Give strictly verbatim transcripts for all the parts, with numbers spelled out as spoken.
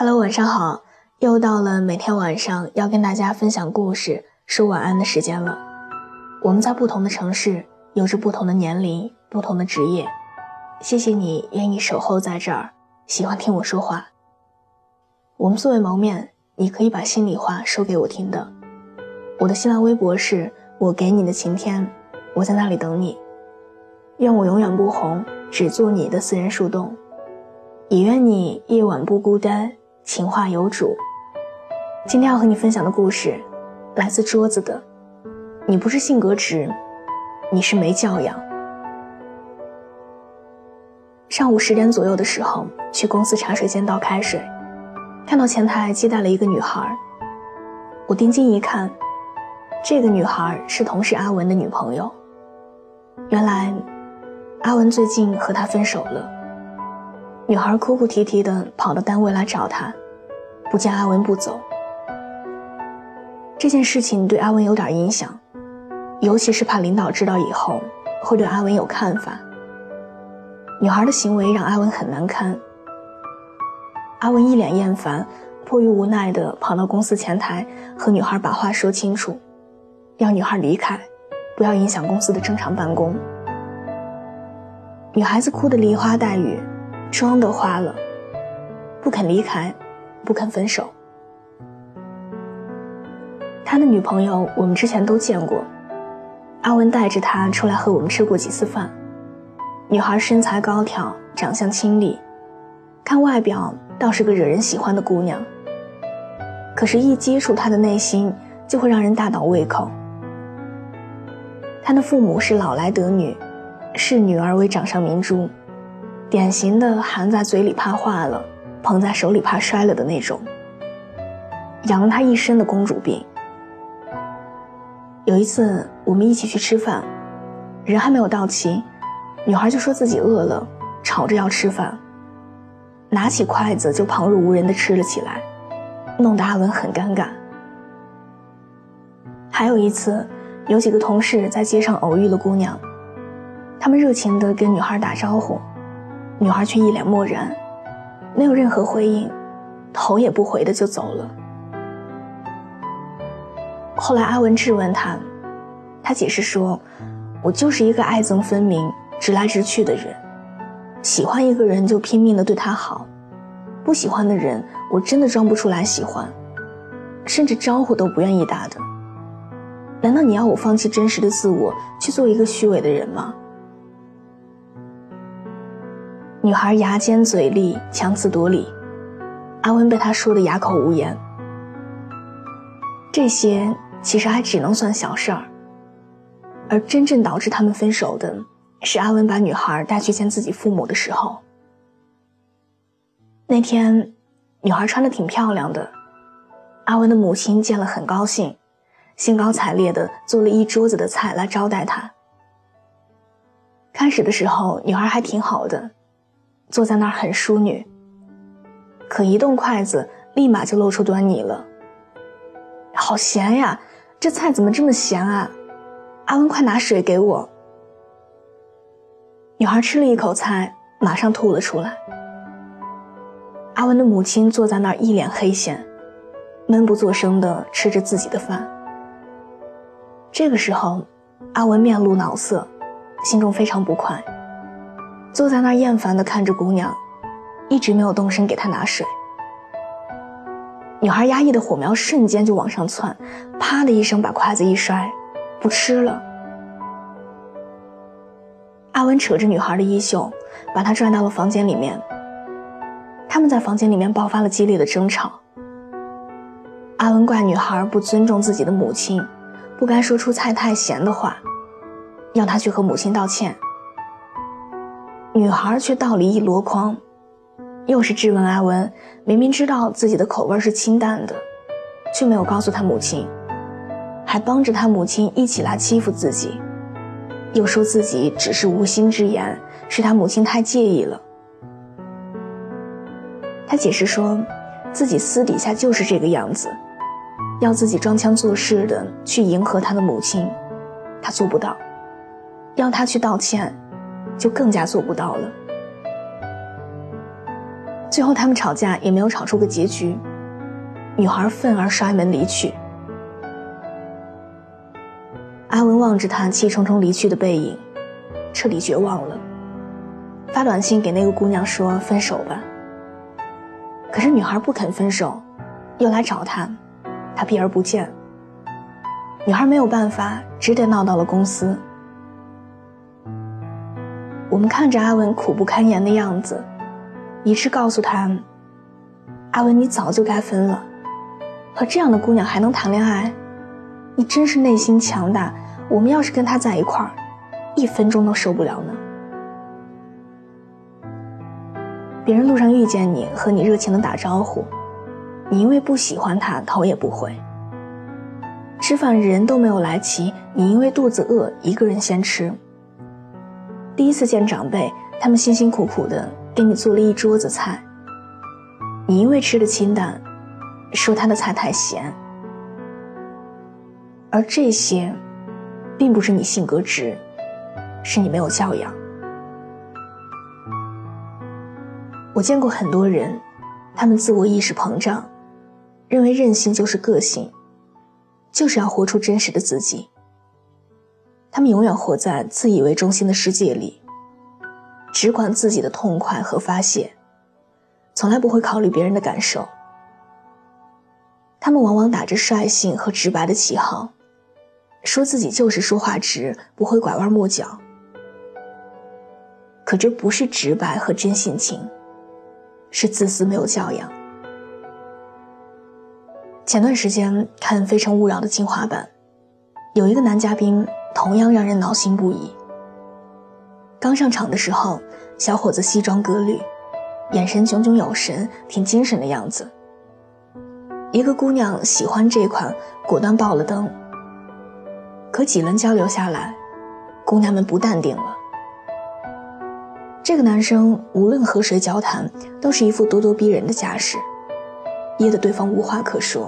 Hello， 晚上好，又到了每天晚上要跟大家分享故事、说晚安的时间了。我们在不同的城市，有着不同的年龄、不同的职业。谢谢你愿意守候在这儿，喜欢听我说话。我们素未谋面，你可以把心里话说给我听的。我的新浪微博是我给你的晴天，我在那里等你。愿我永远不红，只做你的私人树洞。也愿你夜晚不孤单，情话有主。今天要和你分享的故事来自桌子的，你不是性格直，你是没教养。上午十点左右的时候，去公司茶水间倒开水，看到前台接待了一个女孩。我定睛一看，这个女孩是同事阿文的女朋友。原来阿文最近和她分手了。女孩哭哭啼啼地跑到单位来找他，不见阿文不走。这件事情对阿文有点影响，尤其是怕领导知道以后会对阿文有看法。女孩的行为让阿文很难堪。阿文一脸厌烦，迫于无奈地跑到公司前台和女孩把话说清楚，让女孩离开，不要影响公司的正常办公。女孩子哭得梨花带雨，妆都花了，不肯离开，不肯分手。他的女朋友我们之前都见过，阿文带着她出来和我们吃过几次饭。女孩身材高挑，长相清丽，看外表倒是个惹人喜欢的姑娘，可是一接触她的内心就会让人大倒胃口。她的父母是老来得女，视女儿为掌上明珠，典型的含在嘴里怕化了，捧在手里怕摔了的那种，养了她一身的公主病。有一次我们一起去吃饭，人还没有到齐，女孩就说自己饿了，吵着要吃饭，拿起筷子就旁若无人地吃了起来，弄得阿文很尴尬。还有一次，有几个同事在街上偶遇了姑娘，他们热情地跟女孩打招呼，女孩却一脸漠然，没有任何回应，头也不回的就走了。后来阿文质问她，她解释说，我就是一个爱憎分明、直来直去的人，喜欢一个人就拼命的对他好，不喜欢的人我真的装不出来喜欢，甚至招呼都不愿意打的。难道你要我放弃真实的自我，去做一个虚伪的人吗？女孩牙尖嘴利，强词夺理，阿文被她说得哑口无言。这些其实还只能算小事儿，而真正导致他们分手的是阿文把女孩带去见自己父母的时候。那天女孩穿得挺漂亮的，阿文的母亲见了很高兴，兴高采烈地做了一桌子的菜来招待她。开始的时候女孩还挺好的，坐在那儿很淑女，可一动筷子立马就露出端倪了。好咸呀，这菜怎么这么咸啊？阿文快拿水给我。女孩吃了一口菜，马上吐了出来。阿文的母亲坐在那儿一脸黑线，闷不作声地吃着自己的饭。这个时候阿文面露恼色，心中非常不快，坐在那儿厌烦地看着姑娘，一直没有动身给她拿水。女孩压抑的火苗瞬间就往上窜，啪的一声把筷子一摔，不吃了。阿文扯着女孩的衣袖，把她拽到了房间里面。他们在房间里面爆发了激烈的争吵。阿文怪女孩不尊重自己的母亲，不该说出菜太咸的话，要她去和母亲道歉。女孩却道理一箩筐，又是质问阿文，明明知道自己的口味是清淡的，却没有告诉他母亲，还帮着他母亲一起来欺负自己，又说自己只是无心之言，是他母亲太介意了。他解释说，自己私底下就是这个样子，要自己装腔作势的去迎合他的母亲，他做不到，要他去道歉，就更加做不到了。 最后他们吵架也没有吵出个结局，女孩愤而摔门离去。阿文望着他气冲冲离去的背影，彻底绝望了，发短信给那个姑娘说分手吧。可是女孩不肯分手，又来找他，他避而不见。女孩没有办法，只得闹到了公司。我们看着阿文苦不堪言的样子，一致告诉他，阿文你早就该分了，和这样的姑娘还能谈恋爱？你真是内心强大，我们要是跟她在一块儿，一分钟都受不了呢。别人路上遇见你，和你热情地打招呼，你因为不喜欢他头也不回。吃饭人都没有来齐，你因为肚子饿一个人先吃。第一次见长辈，他们辛辛苦苦地给你做了一桌子菜，你因为吃得清淡，说他的菜太咸。而这些并不是你性格直，是你没有教养。我见过很多人，他们自我意识膨胀，认为任性就是个性，就是要活出真实的自己。他们永远活在自以为中心的世界里，只管自己的痛快和发泄，从来不会考虑别人的感受。他们往往打着率性和直白的旗号，说自己就是说话直，不会拐弯抹角。可这不是直白和真性情，是自私没有教养。前段时间看《非诚勿扰》的精华版，有一个男嘉宾同样让人恼心不已。刚上场的时候，小伙子西装革履，眼神炯炯有神，挺精神的样子。一个姑娘喜欢这款，果断爆了灯。可几轮交流下来，姑娘们不淡定了。这个男生无论和谁交谈，都是一副咄咄逼人的架势，噎得对方无话可说。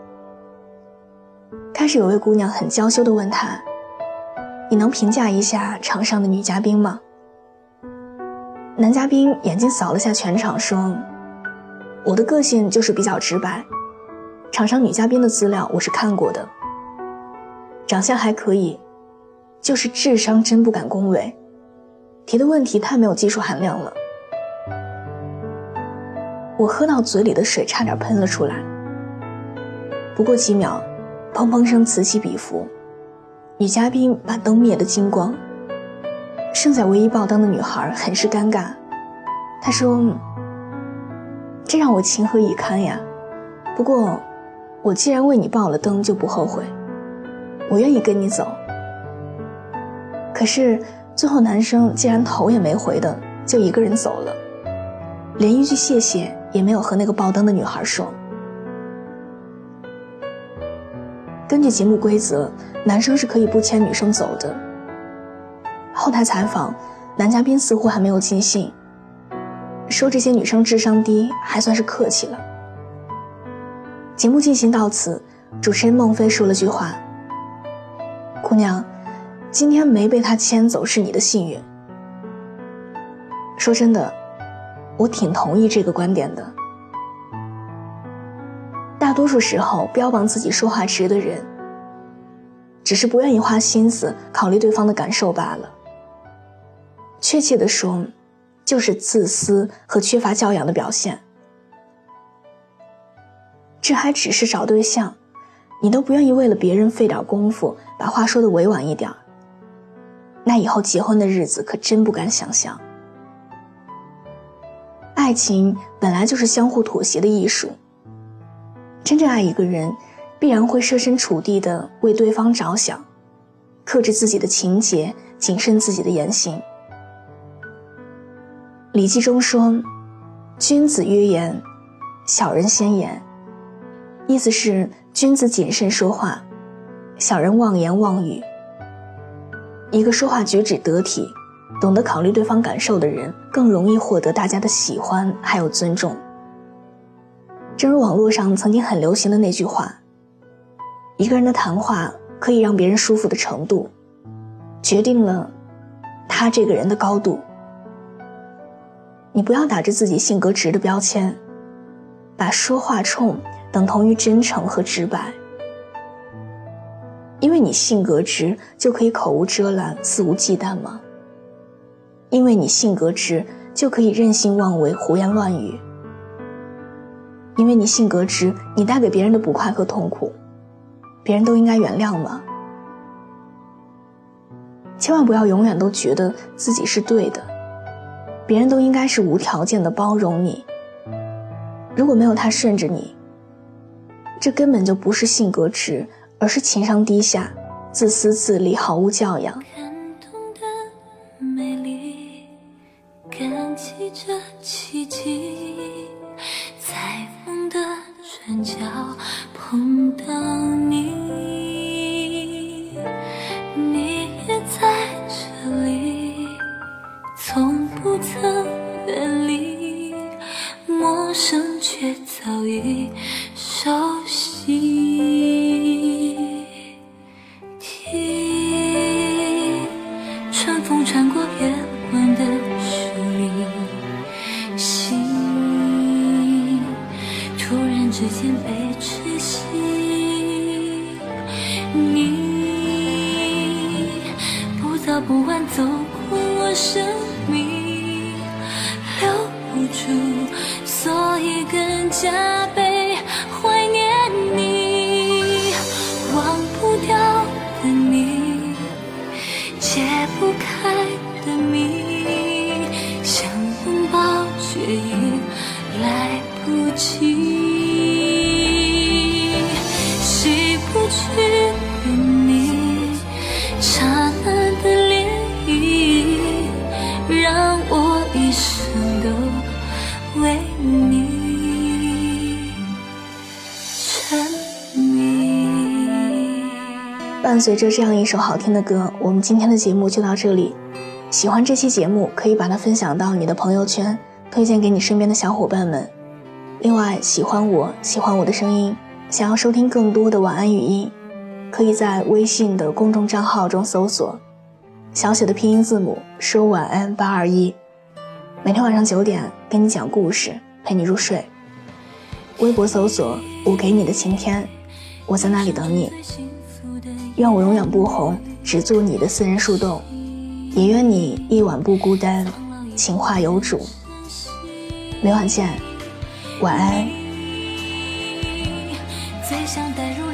开始有位姑娘很娇羞地问他，你能评价一下场上的女嘉宾吗？男嘉宾眼睛扫了下全场说，我的个性就是比较直白，场上女嘉宾的资料我是看过的，长相还可以，就是智商真不敢恭维，提的问题太没有技术含量了。我喝到嘴里的水差点喷了出来。不过几秒，砰砰声此起彼伏，女嘉宾把灯灭得精光，剩下唯一爆灯的女孩很是尴尬。她说，这让我情何以堪呀，不过我既然为你爆了灯就不后悔，我愿意跟你走。可是最后男生竟然头也没回的就一个人走了，连一句谢谢也没有和那个爆灯的女孩说。根据节目规则，男生是可以不牵女生走的。后台采访，男嘉宾似乎还没有尽兴，说这些女生智商低还算是客气了。节目进行到此，主持人孟非说了句话，姑娘，今天没被他牵走是你的幸运。说真的，我挺同意这个观点的。大多数时候标榜自己说话直的人，只是不愿意花心思考虑对方的感受罢了。确切地说，就是自私和缺乏教养的表现。这还只是找对象，你都不愿意为了别人费点功夫把话说得委婉一点，那以后结婚的日子可真不敢想象。爱情本来就是相互妥协的艺术，真正爱一个人，必然会设身处地地为对方着想，克制自己的情节，谨慎自己的言行。礼记中说，君子约言，小人先言，意思是君子谨慎说话，小人妄言妄语。一个说话举止得体，懂得考虑对方感受的人，更容易获得大家的喜欢还有尊重。正如网络上曾经很流行的那句话，一个人的谈话可以让别人舒服的程度，决定了他这个人的高度。 你不要打着自己性格直的标签，把说话冲等同于真诚和直白。因为你性格直就可以口无遮拦肆无忌惮吗？因为你性格直就可以任性妄为胡言乱语？因为你性格直，你带给别人的不快和痛苦，别人都应该原谅吗？千万不要永远都觉得自己是对的，别人都应该是无条件的包容你。如果没有他顺着你，这根本就不是性格直，而是情商低下，自私自利，毫无教养。 感动的美丽，感激这奇迹，在风的转角碰到你，你也在这里，从不曾远离，陌生却早已熟悉。听春风穿过远晚的树林，心突然之间被吹醒，你不早不晚走过我生命，留不住，所以更加被怀念你，忘不掉的你，解不开的谜，想拥抱却已来不及，洗不去的你，刹那的涟漪，让我一生都为你沉迷。 伴随着这样一首好听的歌，我们今天的节目就到这里。喜欢这期节目，可以把它分享到你的朋友圈，推荐给你身边的小伙伴们。另外，喜欢我，喜欢我的声音，想要收听更多的晚安语音，可以在微信的公众账号中搜索小写的拼音字母说晚安八二一，每天晚上九点给你讲故事，陪你入睡。微博搜索我给你的晴天，我在那里等你。愿我永远不红，只做你的私人树洞，也愿你一晚不孤单，情话有主。每晚见，晚安。 最想带入